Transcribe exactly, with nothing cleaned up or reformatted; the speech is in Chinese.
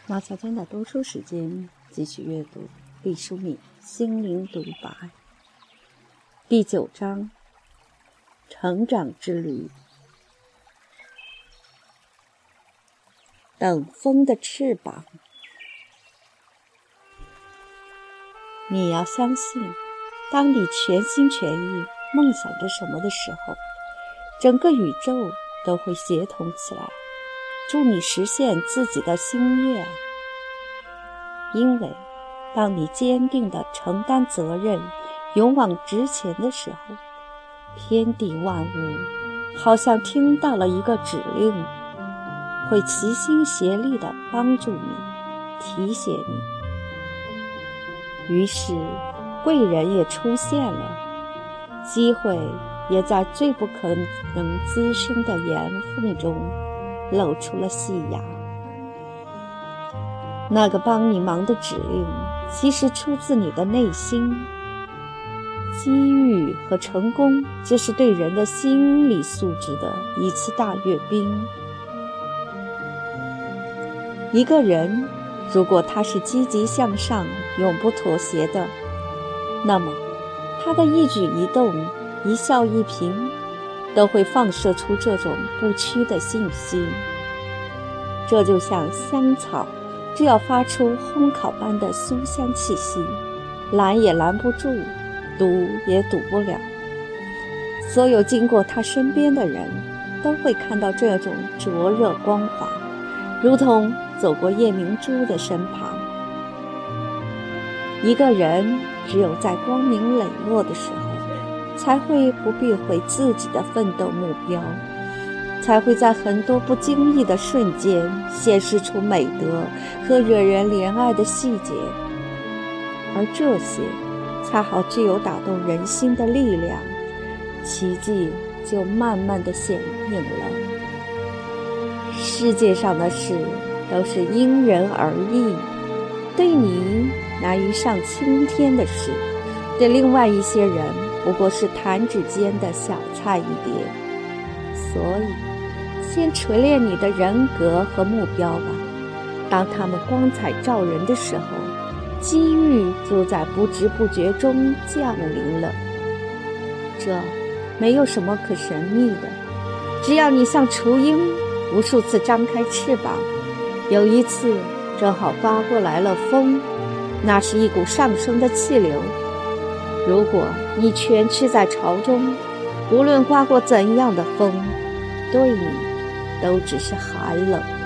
马小娟的读书时间，继续阅读毕淑敏心灵独白第九章，成长之旅。等风的翅膀。你要相信，当你全心全意梦想着什么的时候，整个宇宙都会协同起来，助你实现自己的心愿。因为当你坚定地承担责任，勇往直前的时候，天地万物好像听到了一个指令，会齐心协力地帮助你，提携你。于是贵人也出现了，机会也在最不可能滋生的岩缝中露出了细芽。那个帮你忙的指令其实出自你的内心。机遇和成功就是对人的心理素质的一次大阅兵。一个人如果他是积极向上永不妥协的，那么他的一举一动一笑一颦都会放射出这种不屈的信息。这就像香草只要发出烘烤般的酥香气息，拦也拦不住，堵也堵不了。所有经过他身边的人都会看到这种灼热光华，如同走过夜明珠的身旁。一个人只有在光明磊落的时候，才会不避讳自己的奋斗目标，才会在很多不经意的瞬间显示出美德和惹人怜爱的细节，而这些恰好具有打动人心的力量，奇迹就慢慢地显映了。世界上的事都是因人而异，对你难于上青天的事，对另外一些人不过是弹指间的小菜一碟。所以先锤炼你的人格和目标吧，当他们光彩照人的时候，机遇就在不知不觉中降临了。这没有什么可神秘的，只要你像雏鹰无数次张开翅膀，有一次正好刮过来了风，那是一股上升的气流。如果你蜷曲在巢中，无论刮过怎样的风，对你都只是寒冷。